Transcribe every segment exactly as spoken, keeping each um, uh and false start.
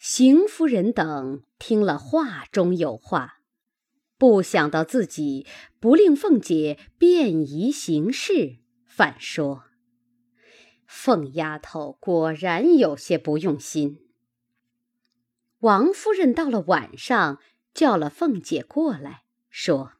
邢夫人等听了话中有话，不想到自己不令凤姐便宜行事，反说：凤丫头果然有些不用心。王夫人到了晚上，叫了凤姐过来，说：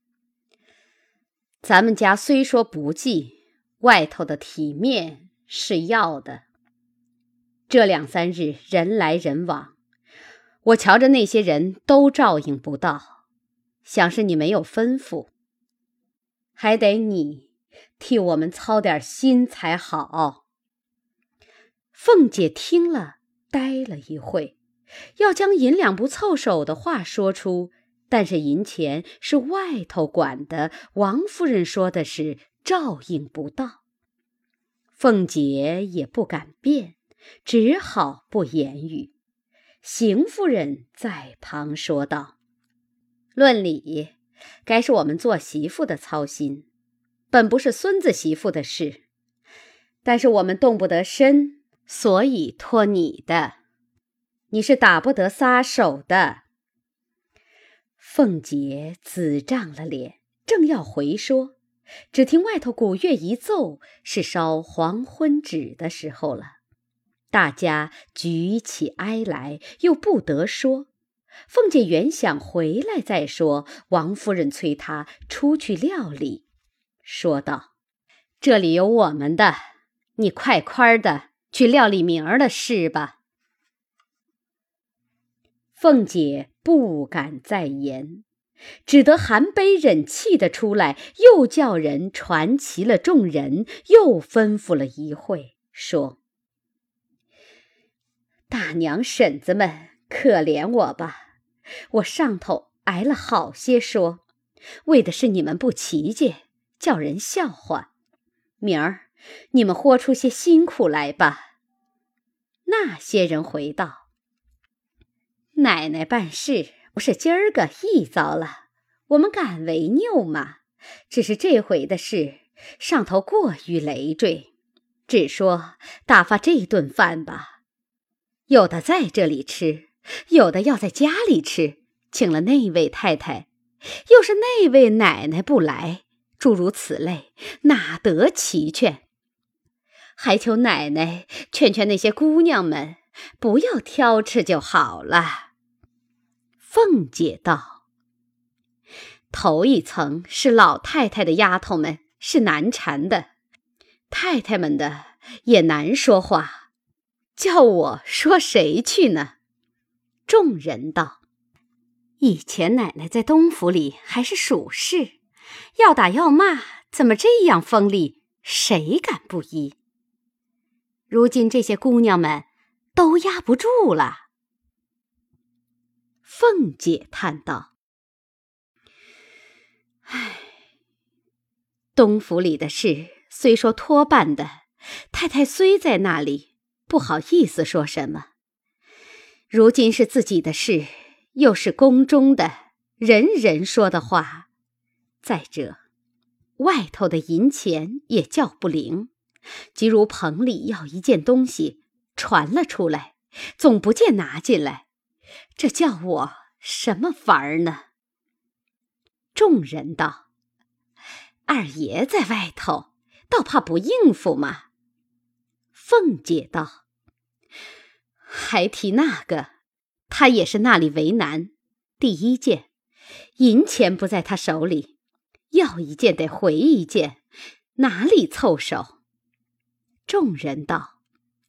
咱们家虽说不济，外头的体面是要的。这两三日人来人往，我瞧着那些人都照应不到，想是你没有吩咐，还得你替我们操点心才好。凤姐听了，呆了一会，要将银两不凑手的话说出，但是银钱是外头管的，王夫人说的是照应不到。凤姐也不敢辩，只好不言语。邢夫人在旁说道：论理，该是我们做媳妇的操心，本不是孙子媳妇的事，但是我们动不得身，所以托你的，你是打不得撒手的。凤姐紫涨了脸，正要回说，只听外头鼓乐一奏，是烧黄昏纸的时候了。大家举起哀来，又不得说。凤姐原想回来再说，王夫人催她出去料理，说道：这里有我们的，你快快的去料理明儿的事吧。凤姐不敢再言，只得含悲忍气的出来，又叫人传齐了众人，又吩咐了一会，说：大娘婶子们可怜我吧，我上头挨了好些说，为的是你们不齐节，叫人笑话。明儿你们豁出些辛苦来吧。那些人回道：奶奶办事不是今儿个一遭了，我们敢为拗吗？只是这回的事上头过于累赘，只说打发这顿饭吧。有的在这里吃，有的要在家里吃，请了那位太太，又是那位奶奶不来，诸如此类，哪得齐全？还求奶奶劝劝那些姑娘们，不要挑吃就好了。凤姐道：头一层是老太太的丫头们，是难缠的，太太们的也难说话，叫我说谁去呢？众人道：以前奶奶在东府里还是属事，要打要骂，怎么这样锋利，谁敢不依？如今这些姑娘们都压不住了。凤姐叹道：唉，东府里的事虽说托办的，太太虽在那里，不好意思说什么。如今是自己的事，又是宫中的，人人说的话。再者，外头的银钱也叫不灵，即如棚里要一件东西，传了出来，总不见拿进来，这叫我什么法儿呢？众人道：二爷在外头，倒怕不应付嘛。凤姐道：还提那个，他也是那里为难。第一件，银钱不在他手里，要一件得回一件，哪里凑手？众人道：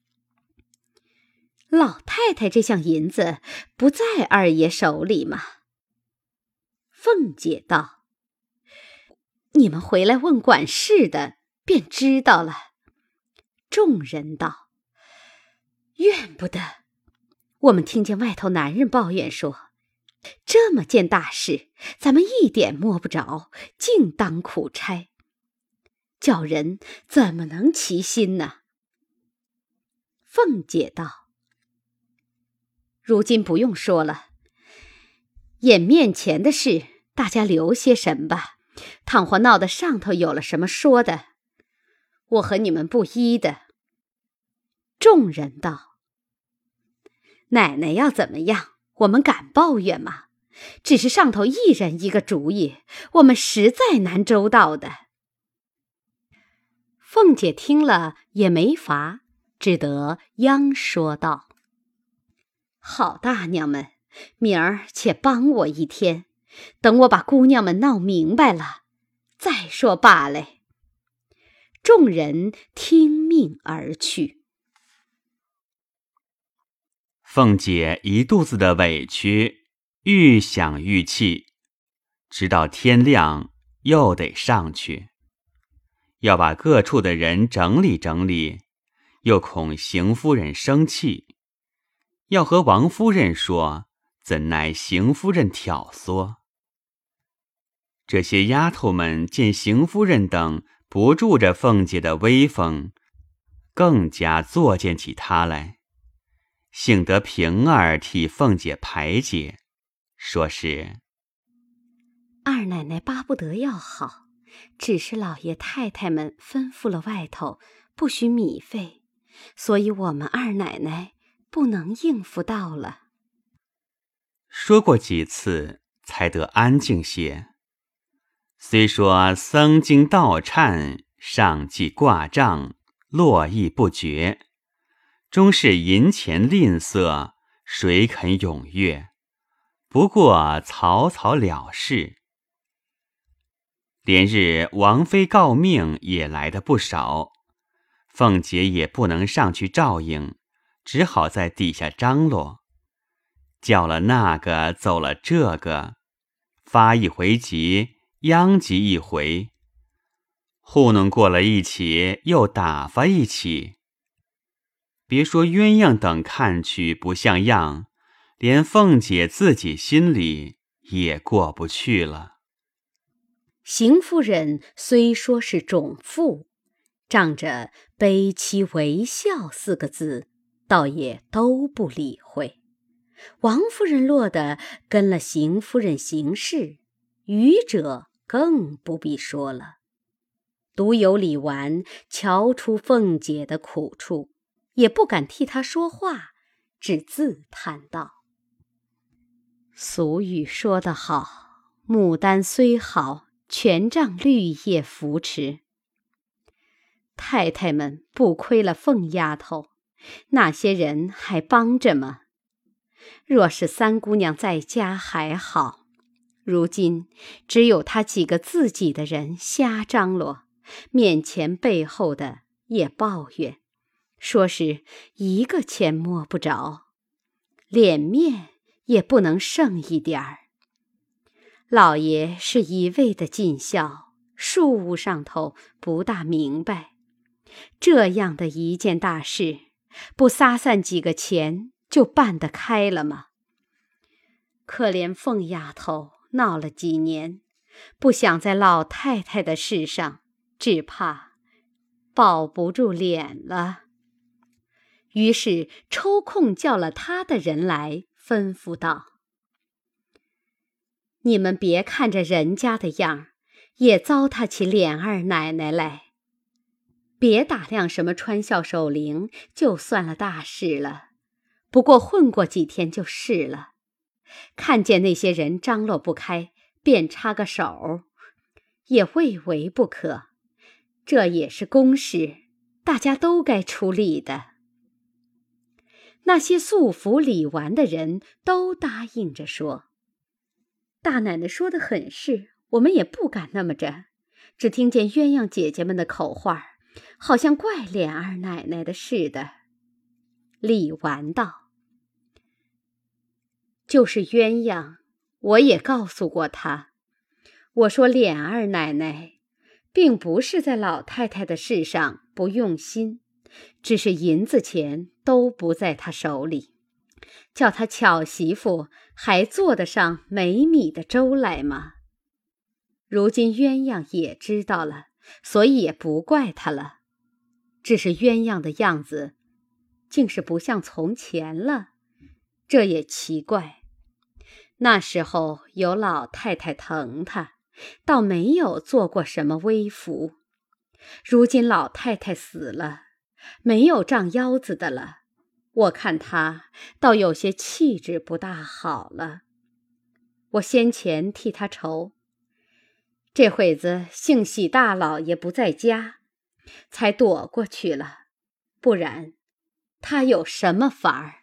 老太太这项银子不在二爷手里吗？凤姐道：你们回来问管事的，便知道了。众人道：怨不得，我们听见外头男人抱怨说，这么件大事，咱们一点摸不着，竟当苦差，叫人怎么能齐心呢？凤姐道：如今不用说了，眼面前的事，大家留些神吧。倘或闹得上头有了什么说的，我和你们不依的。众人道： 奶奶要怎么样，我们敢抱怨吗？只是上头一人一个主意，我们实在难周到的。凤姐听了也没法，只得央说道：好大娘们，明儿且帮我一天，等我把姑娘们闹明白了，再说罢了。众人听命而去。 凤姐一肚子的委屈，愈想愈气，直到天亮又得上去，要把各处的人整理整理，又恐邢夫人生气，要和王夫人说，怎奈邢夫人挑唆。这些丫头们见邢夫人等不住着凤姐的威风，更加作践起她来，幸得平儿替凤姐排解，说是二奶奶巴不得要好，只是老爷太太们吩咐了外头不许米费，所以我们二奶奶不能应付到了。 说过几次才得安静些，虽说僧经道忏，上计挂账，络绎不绝，终是银钱吝啬，谁肯踊跃？不过草草了事。连日王妃诰命也来得不少，凤姐也不能上去照应，只好在底下张罗，叫了那个走了这个，发一回急，殃及一回，糊弄过了一起，又打发一起。别说鸳鸯等看去不像样，连凤姐自己心里也过不去了。 邢夫人虽说是种妇，仗着悲戚为孝四个字，倒也都不理会。王夫人落得跟了邢夫人行事，余者更不必说了。独有李纨瞧出凤姐的苦处，也不敢替她说话，只自叹道：俗语说得好，牡丹虽好，全仗绿叶扶持。太太们不亏了凤丫头，那些人还帮着吗？若是三姑娘在家还好，如今只有她几个自己的人瞎张罗，面前背后的也抱怨，说是一个钱摸不着，脸面也不能剩一点儿。老爷是一味的尽孝，庶务上头不大明白，这样的一件大事，不撒散几个钱就办得开了吗？可怜凤丫头闹了几年，不想在老太太的事上，只怕保不住脸了。于是抽空叫了他的人来，吩咐道：你们别看着人家的样，也糟蹋起琏二奶奶来。别打量什么穿孝守灵，就算了大事了，不过混过几天就是了。看见那些人张罗不开，便插个手，也未为不可。这也是公事，大家都该出力的。那些素服李纨的人都答应着说：大奶奶说的很是，我们也不敢那么着，只听见鸳鸯姐姐们的口话，好像怪琏二奶奶的似的。李纨道：就是鸳鸯，我也告诉过她，我说琏二奶奶并不是在老太太的事上不用心，只是银子钱都不在她手里，叫她巧媳妇还做得上没米的粥来吗？如今鸳鸯也知道了，所以也不怪她了。只是鸳鸯的样子竟是不像从前了，这也奇怪。那时候有老太太疼她，倒没有做过什么微服。如今老太太死了，没有仗腰子的了， 我看他倒有些气质不大好了。我先前替他愁，这会子幸喜大老爷不在家，才躲过去了，不然他有什么法儿？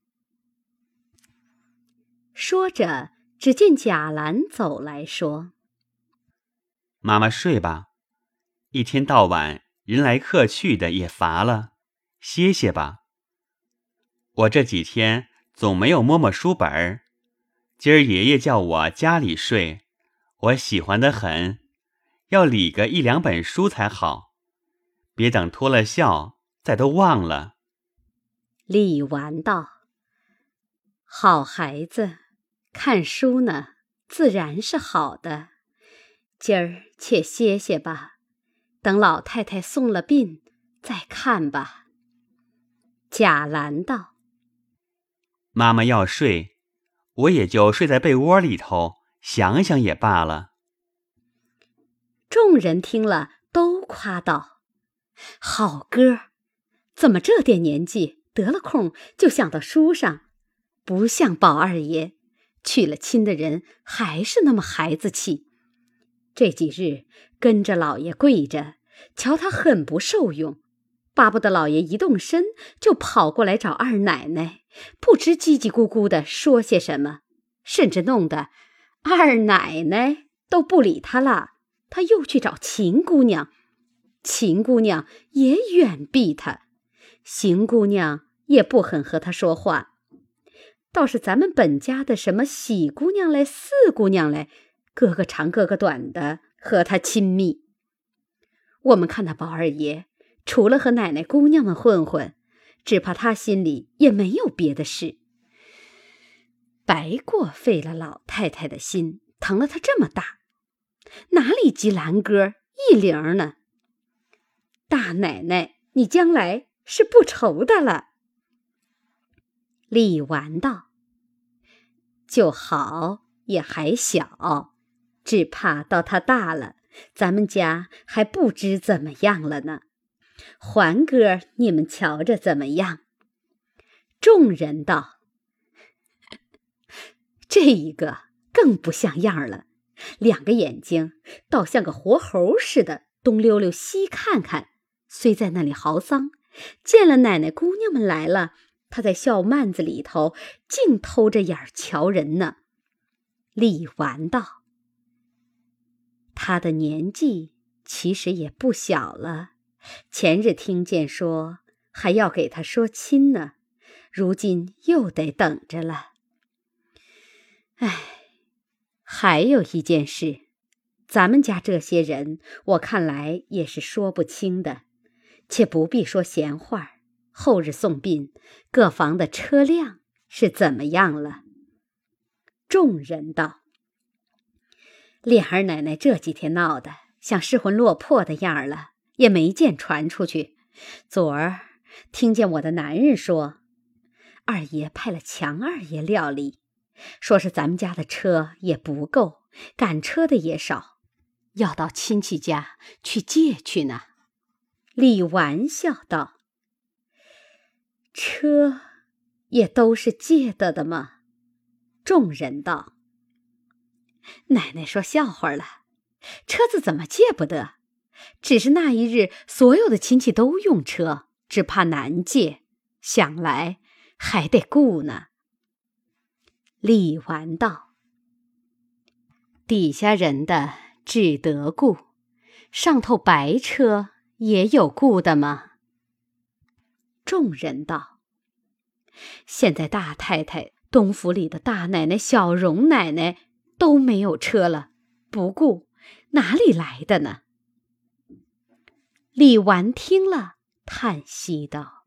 说着，只见贾兰走来说： 妈妈睡吧，一天到晚人来客去的也乏了，歇歇吧。我这几天总没有摸摸书本儿，今儿爷爷叫我家里睡，我喜欢得很，要理个一两本书才好，别等脱了孝再都忘了。 李纨道：好孩子，看书呢，自然是好的，今儿且歇歇吧，等老太太送了殡再看吧。贾兰道： 妈妈要睡，我也就睡在被窝里头，想想也罢了。 众人听了都夸道：好哥，怎么这点年纪得了空就想到书上，不像宝二爷，娶了亲的人还是那么孩子气。这几日跟着老爷跪着，瞧他很不受用，巴不得老爷一动身就跑过来找二奶奶，不知叽叽咕咕地说些什么，甚至弄得二奶奶都不理他了。他又去找秦姑娘，秦姑娘也远避他，邢姑娘也不肯和他说话。倒是咱们本家的什么喜姑娘来、四姑娘来，个个长个个短的和他亲密。我们看那宝二爷除了和奶奶姑娘们混混，只怕他心里也没有别的事。白过费了老太太的心，疼了他这么大，哪里及兰哥一铃呢？大奶奶，你将来是不愁的了。李纨道：就好，也还小，只怕到他大了，咱们家还不知怎么样了呢。环哥，你们瞧着怎么样？众人道：这一个更不像样了，两个眼睛倒像个活猴似的，东溜溜西看看，虽在那里嚎丧，见了奶奶姑娘们来了，他在笑幔子里头竟偷着眼儿瞧人呢。李纨道：他的年纪其实也不小了，前日听见说还要给他说亲呢，如今又得等着了。唉，还有一件事，咱们家这些人我看来也是说不清的，且不必说闲话，后日送殡，各房的车辆是怎么样了？众人道：莲儿奶奶这几天闹得像失魂落魄的样儿了，也没见传出去。昨儿听见我的男人说，二爷派了强二爷料理，说是咱们家的车也不够，赶车的也少，要到亲戚家去借去呢。李纨笑道：车也都是借的的吗？众人道：奶奶说笑话了，车子怎么借不得？只是那一日所有的亲戚都用车，只怕难借，想来还得雇呢。李纨道：底下人的只得雇，上头白车也有雇的吗？众人道：现在大太太、东府里的大奶奶、小荣奶奶都没有车了，不雇哪里来的呢？李纨听了，叹息道：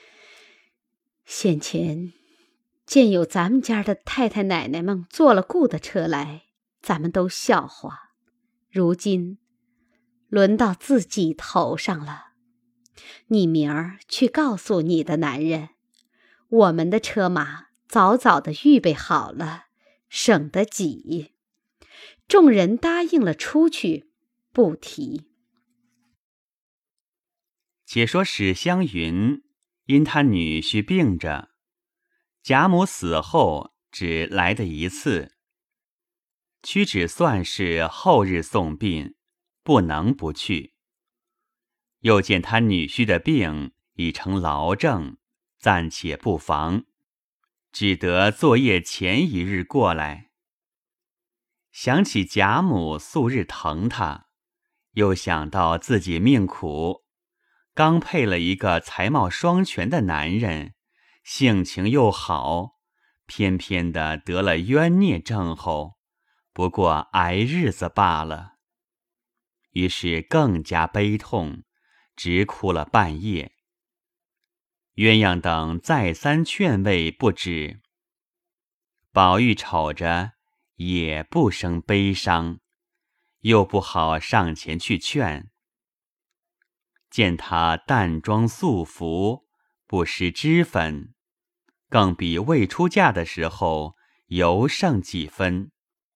先前见有咱们家的太太奶奶们坐了雇的车来，咱们都笑话，如今轮到自己头上了。你明儿去告诉你的男人，我们的车马早早的预备好了，省得挤。众人答应了出去，不提。 且说史湘云因他女婿病着，贾母死后只来的一次，屈指算是后日送殡，不能不去。又见他女婿的病已成痨症，暂且不防，只得作业前一日过来。想起贾母素日疼他，又想到自己命苦，刚配了一个才貌双全的男人，性情又好，偏偏的得了冤孽症候，不过挨日子罢了。于是更加悲痛，直哭了半夜。鸳鸯等再三劝慰不止，宝玉瞅着也不生悲伤，又不好上前去劝。见他淡妆素服，不施脂粉，更比未出嫁的时候尤胜几分。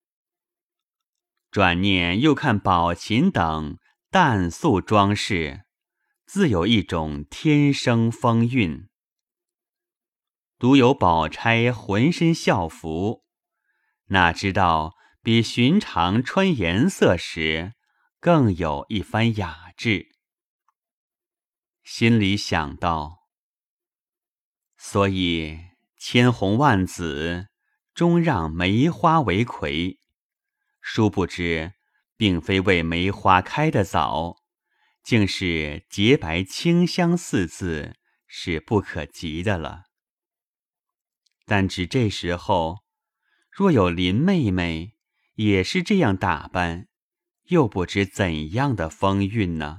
转念又看宝琴等淡素装饰，自有一种天生风韵。独有宝钗浑身校服，哪知道比寻常穿颜色时更有一番雅致。心里想到，所以千红万紫终让梅花为魁，殊不知并非为梅花开得早，竟是洁白清香四字是不可及的了。但只这时候，若有林妹妹也是这样打扮，又不知怎样的风韵呢？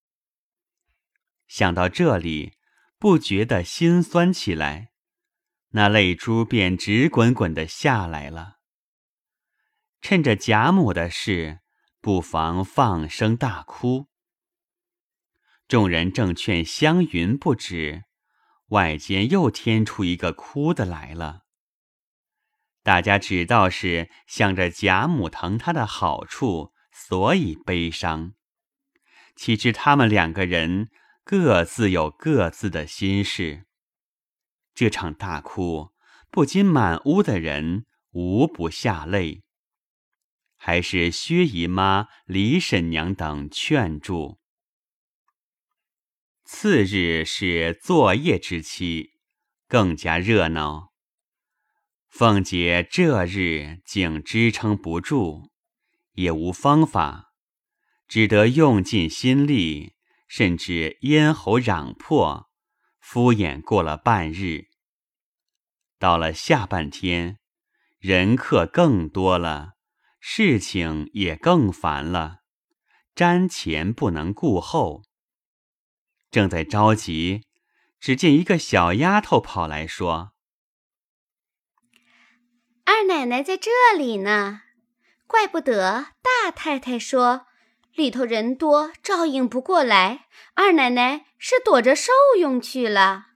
想到这里，不觉得心酸起来，那泪珠便直滚滚地下来了。趁着贾母的事，不妨放声大哭。众人正劝湘云不止，外间又添出一个哭的来了。大家只道是想着贾母疼他的好处，所以悲伤。岂知他们两个人各自有各自的心事。这场大哭，不禁满屋的人无不下泪。还是薛姨妈、李婶娘等劝住。次日是作业之期，更加热闹。凤姐这日竟支撑不住，也无方法，只得用尽心力，甚至咽喉嚷破，敷衍过了半日。到了下半天，人客更多了，事情也更烦了，瞻前不能顾后。正在着急，只见一个小丫头跑来说： 二奶奶在这里呢，怪不得大太太说里头人多，照应不过来，二奶奶是躲着受用去了。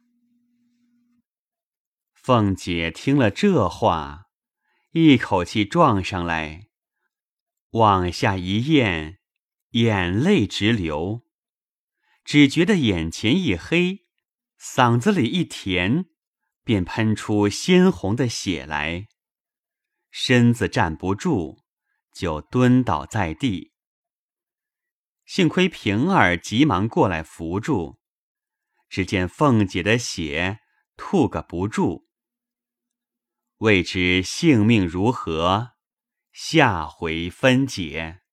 凤姐听了这话，一口气撞上来，往下一咽，眼泪直流，只觉得眼前一黑，嗓子里一甜，便喷出鲜红的血来，身子站不住，就蹲倒在地。幸亏平儿急忙过来扶住，只见凤姐的血吐个不住。未知性命如何，下回分解。